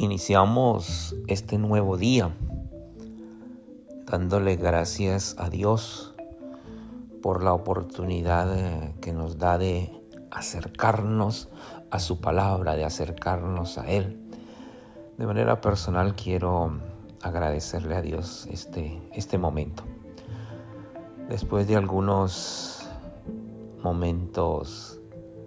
Iniciamos este nuevo día dándole gracias a Dios por la oportunidad que nos da de acercarnos a su palabra, de acercarnos a Él. De manera personal quiero agradecerle a Dios este momento. Después de algunos momentos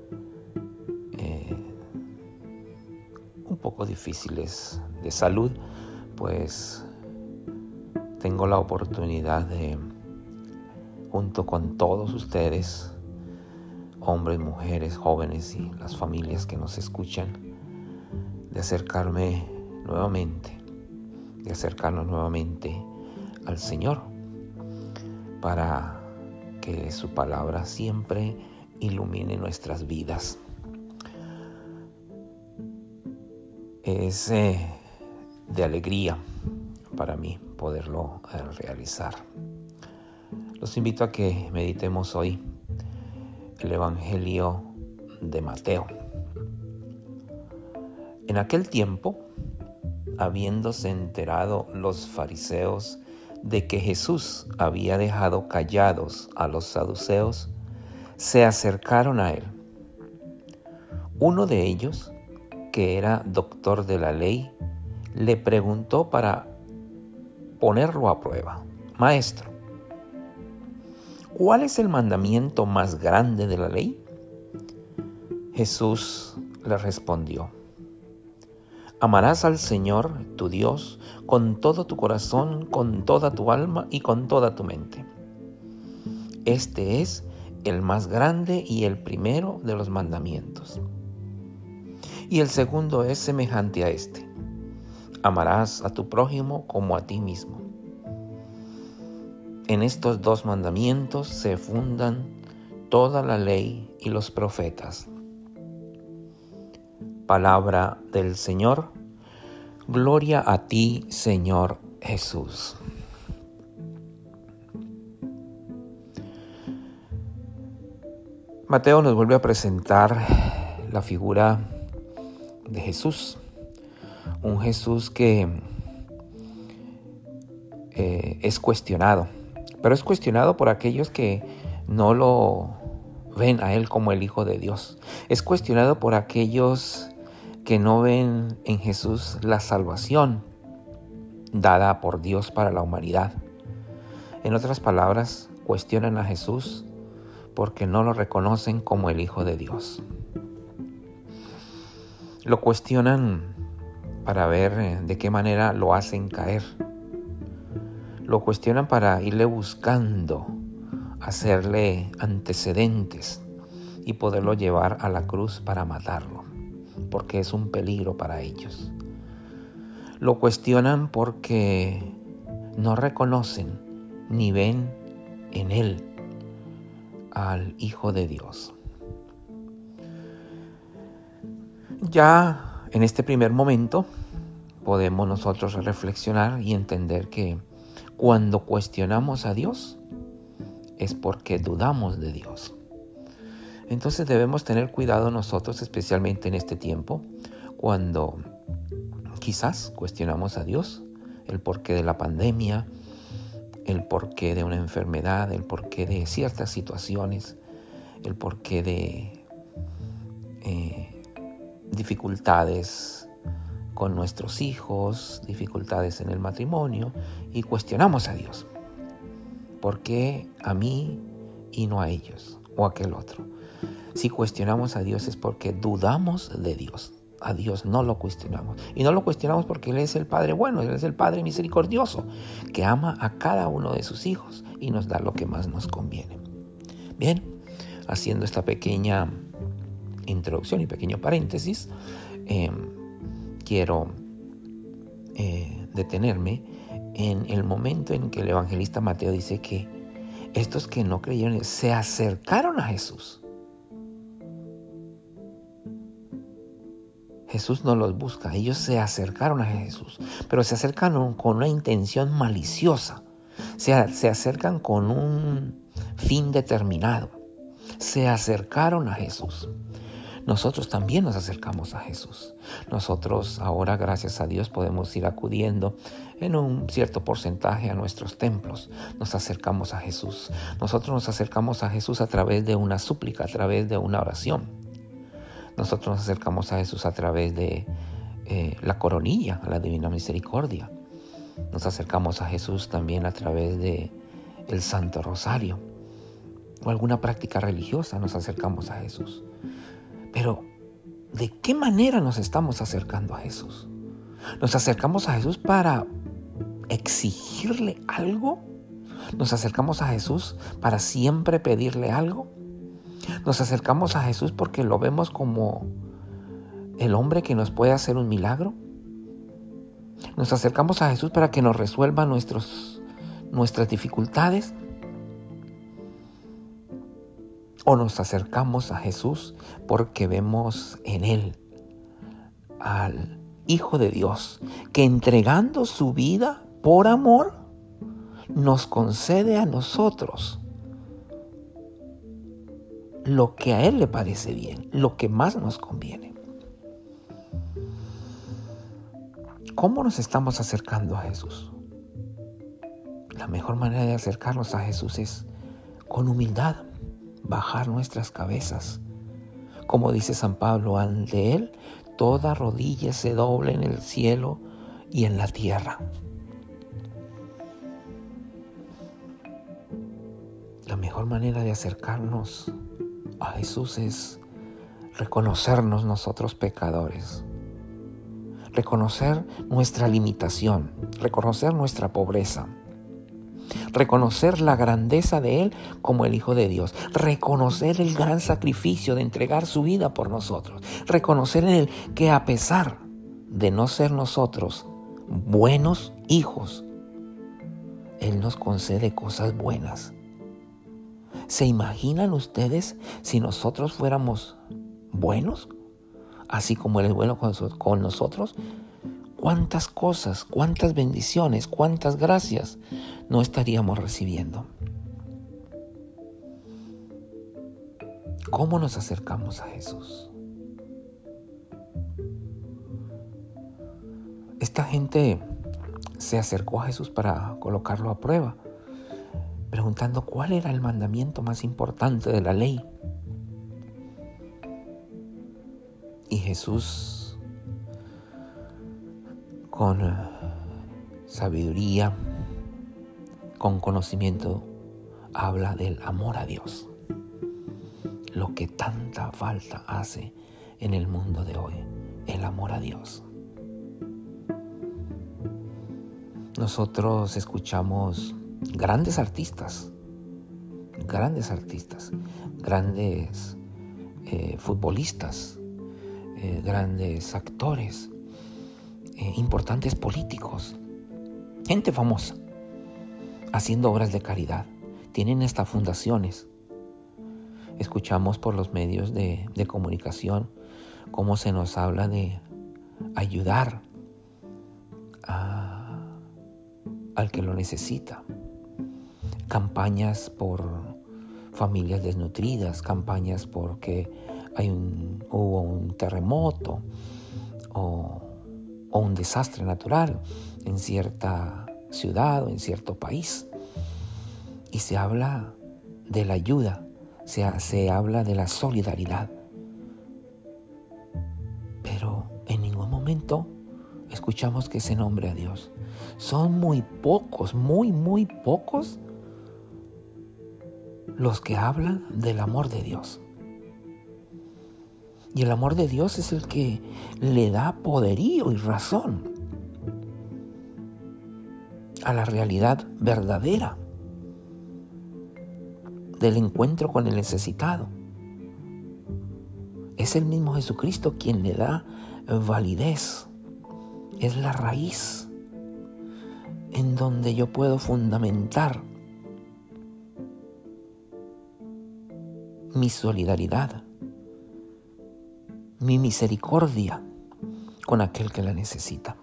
un poco difíciles de salud, pues tengo la oportunidad de, junto con todos ustedes, hombres, mujeres, jóvenes y las familias que nos escuchan, de acercarnos nuevamente al Señor, para que su palabra siempre ilumine nuestras vidas. Es de alegría para mí poderlo realizar. Los invito a que meditemos hoy el Evangelio de Mateo. En aquel tiempo, habiéndose enterado los fariseos de que Jesús había dejado callados a los saduceos, se acercaron a él. Uno de ellos, que era doctor de la ley, le preguntó para ponerlo a prueba: Maestro, ¿cuál es el mandamiento más grande de la ley? Jesús le respondió: Amarás al Señor, tu Dios, con todo tu corazón, con toda tu alma y con toda tu mente. Este es el más grande y el primero de los mandamientos. Y el segundo es semejante a este: amarás a tu prójimo como a ti mismo. En estos dos mandamientos se fundan toda la ley y los profetas. Palabra del Señor. Gloria a ti, Señor Jesús. Mateo nos vuelve a presentar la figura de Jesús, un Jesús que es cuestionado, pero es cuestionado por aquellos que no lo ven a Él como el Hijo de Dios. Es cuestionado por aquellos que no ven en Jesús la salvación dada por Dios para la humanidad. En otras palabras, cuestionan a Jesús porque no lo reconocen como el Hijo de Dios. Lo cuestionan para ver de qué manera lo hacen caer. Lo cuestionan para irle buscando, hacerle antecedentes y poderlo llevar a la cruz para matarlo, porque es un peligro para ellos. Lo cuestionan porque no reconocen ni ven en Él al Hijo de Dios. Ya en este primer momento podemos nosotros reflexionar y entender que cuando cuestionamos a Dios es porque dudamos de Dios. Entonces debemos tener cuidado nosotros, especialmente en este tiempo, cuando quizás cuestionamos a Dios, el porqué de la pandemia, el porqué de una enfermedad, el porqué de ciertas situaciones, el porqué de dificultades con nuestros hijos, dificultades en el matrimonio, y cuestionamos a Dios. ¿Por qué a mí y no a ellos o a aquel otro? Si cuestionamos a Dios es porque dudamos de Dios. A Dios no lo cuestionamos. Y no lo cuestionamos porque Él es el Padre bueno, Él es el Padre misericordioso, que ama a cada uno de sus hijos y nos da lo que más nos conviene. Bien, haciendo esta pequeña introducción y pequeño paréntesis, quiero detenerme en el momento en que el evangelista Mateo dice que estos que no creyeron se acercaron a Jesús. Jesús no los busca, ellos se acercaron a Jesús, pero se acercan con una intención maliciosa, se acercan con un fin determinado, se acercaron a Jesús. nosotros también nos acercamos a Jesús. Nosotros ahora, gracias a Dios, podemos ir acudiendo en un cierto porcentaje a nuestros templos. Nos acercamos a Jesús. Nosotros nos acercamos a Jesús a través de una súplica, a través de una oración. Nosotros nos acercamos a Jesús a través de la coronilla, a la Divina Misericordia. Nos acercamos a Jesús también a través de el Santo Rosario o alguna práctica religiosa. Nos acercamos a Jesús. Pero, ¿de qué manera nos estamos acercando a Jesús? ¿Nos acercamos a Jesús para exigirle algo? ¿Nos acercamos a Jesús para siempre pedirle algo? ¿Nos acercamos a Jesús porque lo vemos como el hombre que nos puede hacer un milagro? ¿Nos acercamos a Jesús para que nos resuelva nuestras dificultades? ¿O nos acercamos a Jesús porque vemos en Él al Hijo de Dios, que entregando su vida por amor, nos concede a nosotros lo que a Él le parece bien, lo que más nos conviene? ¿Cómo nos estamos acercando a Jesús? La mejor manera de acercarnos a Jesús es con humildad, bajar nuestras cabezas. Como dice San Pablo, ante Él toda rodilla se doble en el cielo y en la tierra. La mejor manera de acercarnos a Jesús es reconocernos nosotros pecadores, reconocer nuestra limitación, reconocer nuestra pobreza, reconocer la grandeza de Él como el Hijo de Dios, reconocer el gran sacrificio de entregar su vida por nosotros, reconocer en Él que a pesar de no ser nosotros buenos hijos, Él nos concede cosas buenas. ¿Se imaginan ustedes si nosotros fuéramos buenos, así como Él es bueno con nosotros? ¿Cuántas cosas, cuántas bendiciones, cuántas gracias no estaríamos recibiendo? ¿Cómo nos acercamos a Jesús? Esta gente se acercó a Jesús para colocarlo a prueba, preguntando cuál era el mandamiento más importante de la ley. Y Jesús, con sabiduría, con conocimiento, habla del amor a Dios, lo que tanta falta hace en el mundo de hoy, el amor a Dios. Nosotros escuchamos grandes artistas, grandes futbolistas, grandes actores, importantes políticos, gente famosa, haciendo obras de caridad. Tienen hasta fundaciones. Escuchamos por los medios de comunicación cómo se nos habla de ayudar al que lo necesita. Campañas por familias desnutridas, campañas porque hubo un terremoto o un desastre natural en cierta ciudad o en cierto país. Y se habla de la ayuda, se habla de la solidaridad. Pero en ningún momento escuchamos que se nombre a Dios. Son muy pocos, muy pocos los que hablan del amor de Dios. Y el amor de Dios es el que le da poderío y razón a la realidad verdadera del encuentro con el necesitado. Es el mismo Jesucristo quien le da validez. Es la raíz en donde yo puedo fundamentar mi solidaridad, mi misericordia con aquel que la necesita.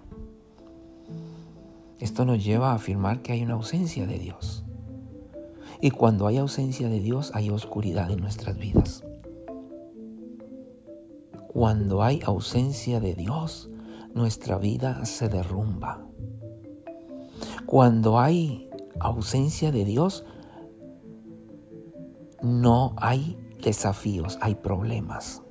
Esto nos lleva a afirmar que hay una ausencia de Dios. Y cuando hay ausencia de Dios, hay oscuridad en nuestras vidas. Cuando hay ausencia de Dios, nuestra vida se derrumba. Cuando hay ausencia de Dios, no hay desafíos, hay problemas.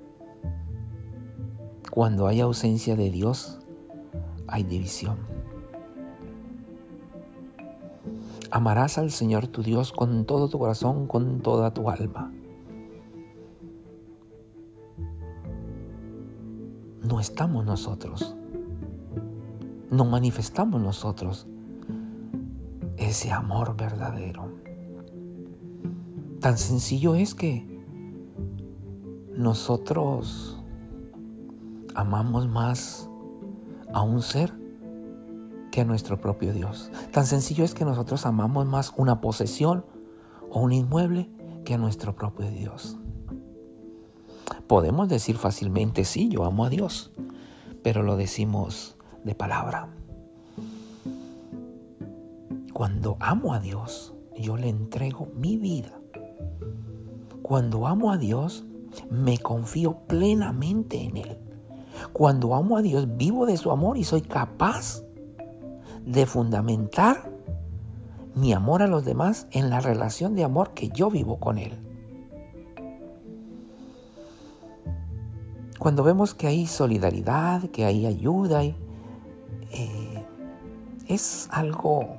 Cuando hay ausencia de Dios, hay división. Amarás al Señor tu Dios con todo tu corazón, con toda tu alma. No estamos nosotros, no manifestamos nosotros ese amor verdadero. Tan sencillo es que nosotros amamos más a un ser que a nuestro propio Dios. Tan sencillo es que nosotros amamos más una posesión o un inmueble que a nuestro propio Dios. Podemos decir fácilmente, sí, yo amo a Dios, pero lo decimos de palabra. Cuando amo a Dios, yo le entrego mi vida. Cuando amo a Dios, me confío plenamente en Él. Cuando amo a Dios, vivo de su amor y soy capaz de fundamentar mi amor a los demás en la relación de amor que yo vivo con Él. Cuando vemos que hay solidaridad, que hay ayuda, es algo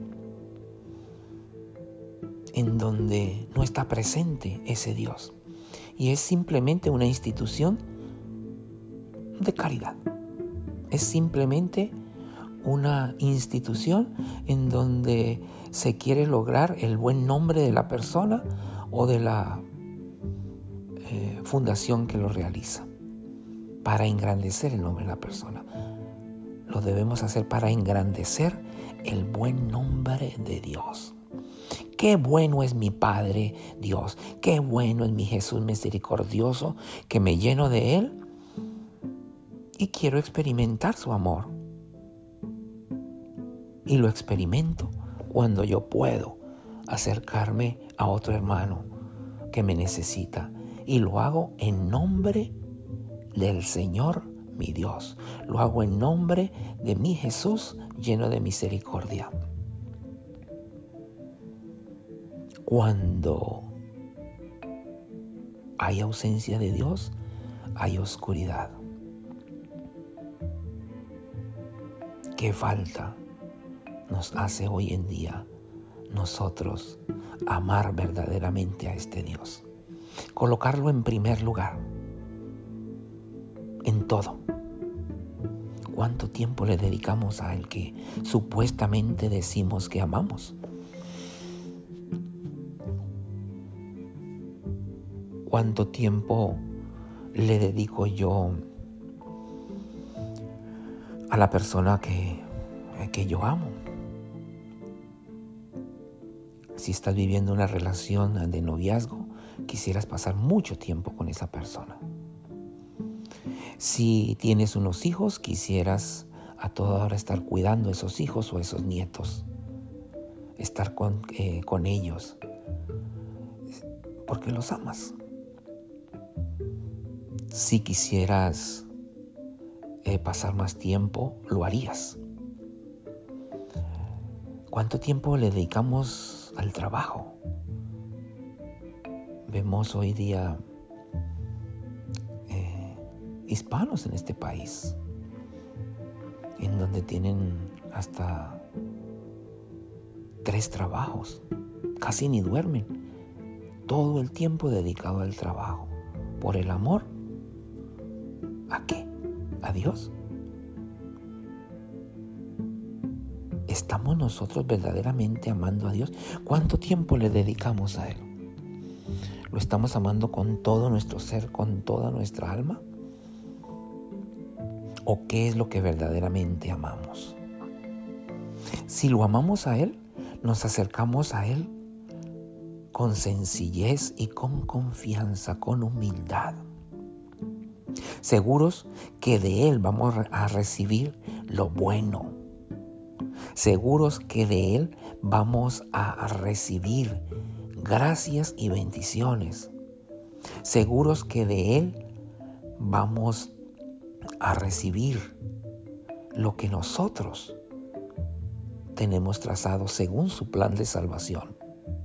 en donde no está presente ese Dios. Y es simplemente una institución de caridad. Es simplemente una institución en donde se quiere lograr el buen nombre de la persona o de la fundación que lo realiza, para engrandecer el nombre de la persona. Lo debemos hacer para engrandecer el buen nombre de Dios. Qué bueno es mi Padre Dios, qué bueno es mi Jesús misericordioso, que me lleno de Él y quiero experimentar su amor. Y lo experimento cuando yo puedo acercarme a otro hermano que me necesita. Y lo hago en nombre del Señor mi Dios. Lo hago en nombre de mi Jesús lleno de misericordia. Cuando hay ausencia de Dios, hay oscuridad. ¿Qué falta nos hace hoy en día nosotros amar verdaderamente a este Dios? Colocarlo en primer lugar, en todo. ¿Cuánto tiempo le dedicamos a Él que supuestamente decimos que amamos? ¿Cuánto tiempo le dedico yo a la persona que yo amo? Si estás viviendo una relación de noviazgo, quisieras pasar mucho tiempo con esa persona. Si tienes unos hijos, quisieras a toda hora estar cuidando a esos hijos o esos nietos, estar con ellos, porque los amas. Si quisieras pasar más tiempo, lo harías. ¿Cuánto tiempo le dedicamos al trabajo? Vemos hoy día hispanos en este país, en donde tienen hasta 3 trabajos, casi ni duermen, todo el tiempo dedicado al trabajo. ¿Por el amor? ¿A qué? ¿A Dios? ¿Estamos nosotros verdaderamente amando a Dios? ¿Cuánto tiempo le dedicamos a Él? ¿Lo estamos amando con todo nuestro ser, con toda nuestra alma? ¿O qué es lo que verdaderamente amamos? Si lo amamos a Él, nos acercamos a Él con sencillez y con confianza, con humildad. Seguros que de Él vamos a recibir lo bueno. Seguros que de Él vamos a recibir gracias y bendiciones. Seguros que de Él vamos a recibir lo que nosotros tenemos trazado según su plan de salvación.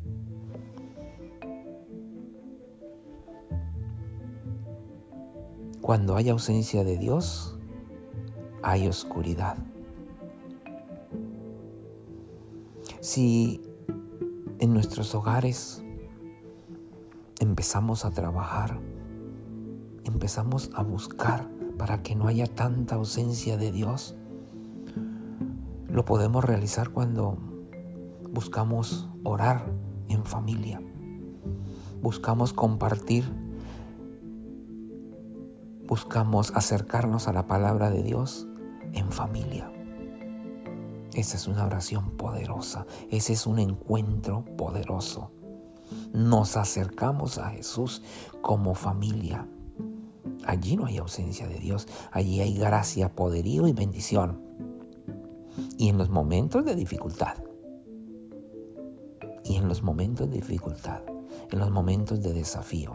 Cuando hay ausencia de Dios, hay oscuridad. Si en nuestros hogares empezamos a trabajar, empezamos a buscar para que no haya tanta ausencia de Dios, lo podemos realizar cuando buscamos orar en familia, buscamos compartir, buscamos acercarnos a la palabra de Dios en familia. Esa es una oración poderosa, ese es un encuentro poderoso. Nos acercamos a Jesús como familia. Allí no hay ausencia de Dios, allí hay gracia, poderío y bendición. Y en los momentos de dificultad, en los momentos de desafío.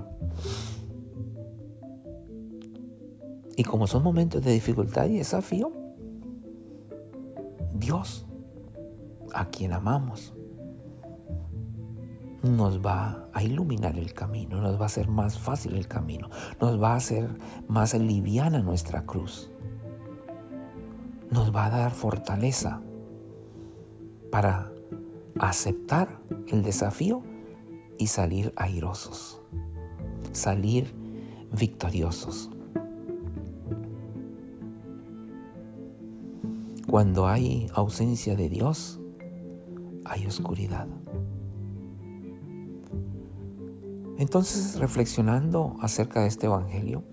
Y como son momentos de dificultad y desafío, Dios, a quien amamos, nos va a iluminar el camino, nos va a hacer más fácil el camino, nos va a hacer más liviana nuestra cruz, nos va a dar fortaleza para aceptar el desafío y salir airosos, salir victoriosos. Cuando hay ausencia de Dios, hay oscuridad. Entonces, reflexionando acerca de este evangelio,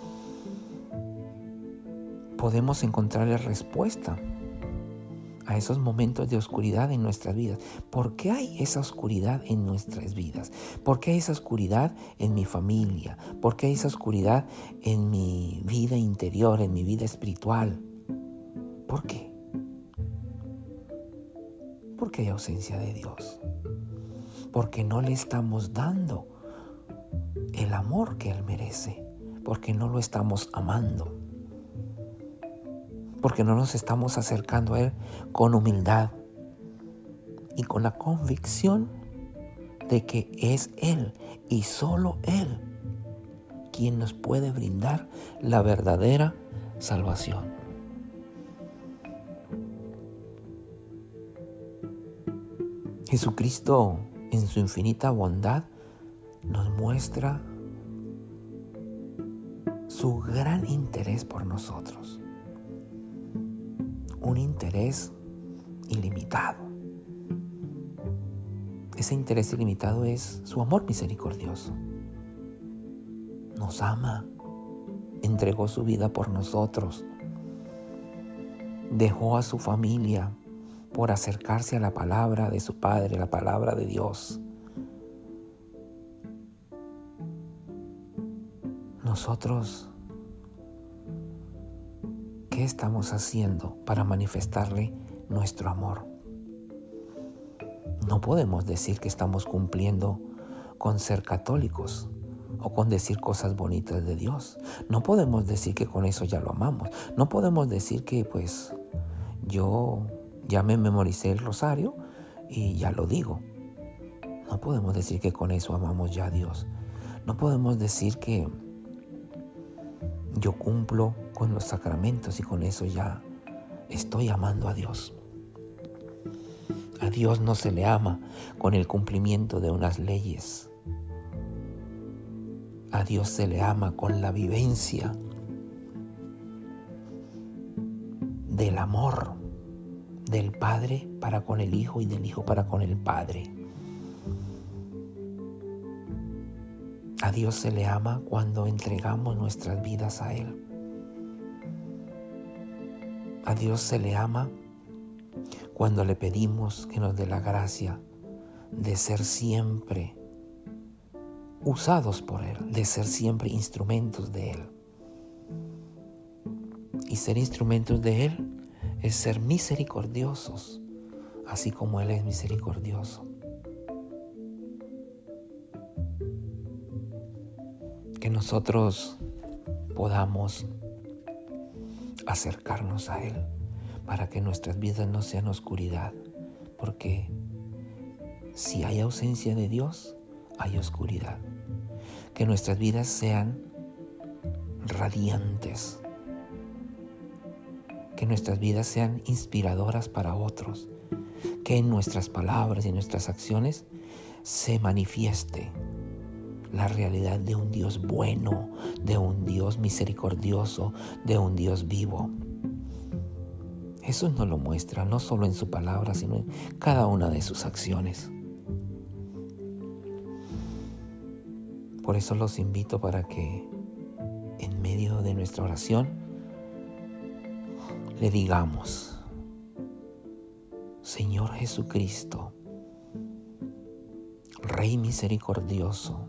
podemos encontrar la respuesta a esos momentos de oscuridad en nuestras vidas. ¿Por qué hay esa oscuridad en nuestras vidas? ¿Por qué hay esa oscuridad en mi familia? ¿Por qué hay esa oscuridad en mi vida interior, en mi vida espiritual? ¿Por qué? Porque hay ausencia de Dios. Porque no le estamos dando el amor que Él merece. Porque no lo estamos amando. Porque no nos estamos acercando a Él con humildad y con la convicción de que es Él y solo Él quien nos puede brindar la verdadera salvación. Jesucristo, en su infinita bondad, nos muestra su gran interés por nosotros. Un interés ilimitado. Ese interés ilimitado es su amor misericordioso. Nos ama, entregó su vida por nosotros, dejó a su familia por acercarse a la palabra de su Padre, la palabra de Dios. Nosotros, ¿qué estamos haciendo para manifestarle nuestro amor? No podemos decir que estamos cumpliendo con ser católicos o con decir cosas bonitas de Dios. No podemos decir que con eso ya lo amamos. No podemos decir que yo ya me memoricé el rosario y ya lo digo. No podemos decir que con eso amamos ya a Dios. No podemos decir que yo cumplo con los sacramentos y con eso ya estoy amando a Dios. A Dios no se le ama con el cumplimiento de unas leyes. A Dios se le ama con la vivencia del amor del Padre para con el Hijo y del Hijo para con el Padre. A Dios se le ama cuando entregamos nuestras vidas a Él. A Dios se le ama cuando le pedimos que nos dé la gracia de ser siempre usados por Él, de ser siempre instrumentos de Él. Y ser instrumentos de Él es ser misericordiosos, así como Él es misericordioso. Que nosotros podamos acercarnos a Él, para que nuestras vidas no sean oscuridad, porque si hay ausencia de Dios, hay oscuridad. Que nuestras vidas sean radiantes, que nuestras vidas sean inspiradoras para otros, que en nuestras palabras y en nuestras acciones se manifieste la realidad de un Dios bueno, de un Dios misericordioso, de un Dios vivo. Jesús nos lo muestra, no solo en su palabra, sino en cada una de sus acciones. Por eso los invito para que en medio de nuestra oración le digamos: Señor Jesucristo, Rey misericordioso,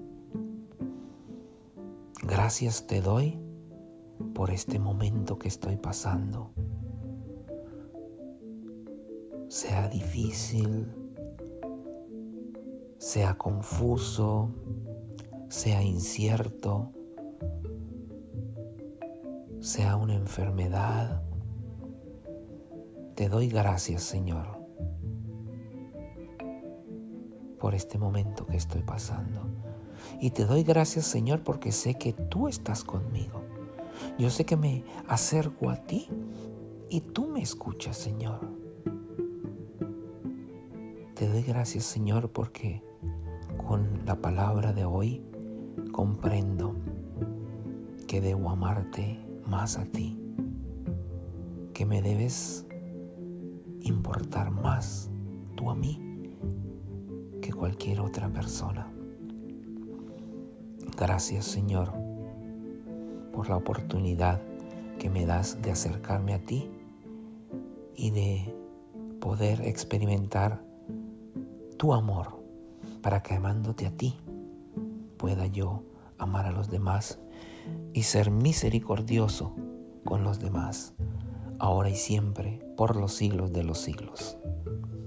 gracias te doy por este momento que estoy pasando. Sea difícil, sea confuso, sea incierto, sea una enfermedad, te doy gracias, Señor, por este momento que estoy pasando. Y te doy gracias, Señor, porque sé que tú estás conmigo. Yo sé que me acerco a ti y tú me escuchas, Señor. Te doy gracias, Señor, porque con la palabra de hoy comprendo que debo amarte más a ti, que me debes importar más tú a mí que cualquier otra persona. Gracias, Señor, por la oportunidad que me das de acercarme a ti y de poder experimentar tu amor, para que amándote a ti pueda yo amar a los demás y ser misericordioso con los demás, ahora y siempre, por los siglos de los siglos.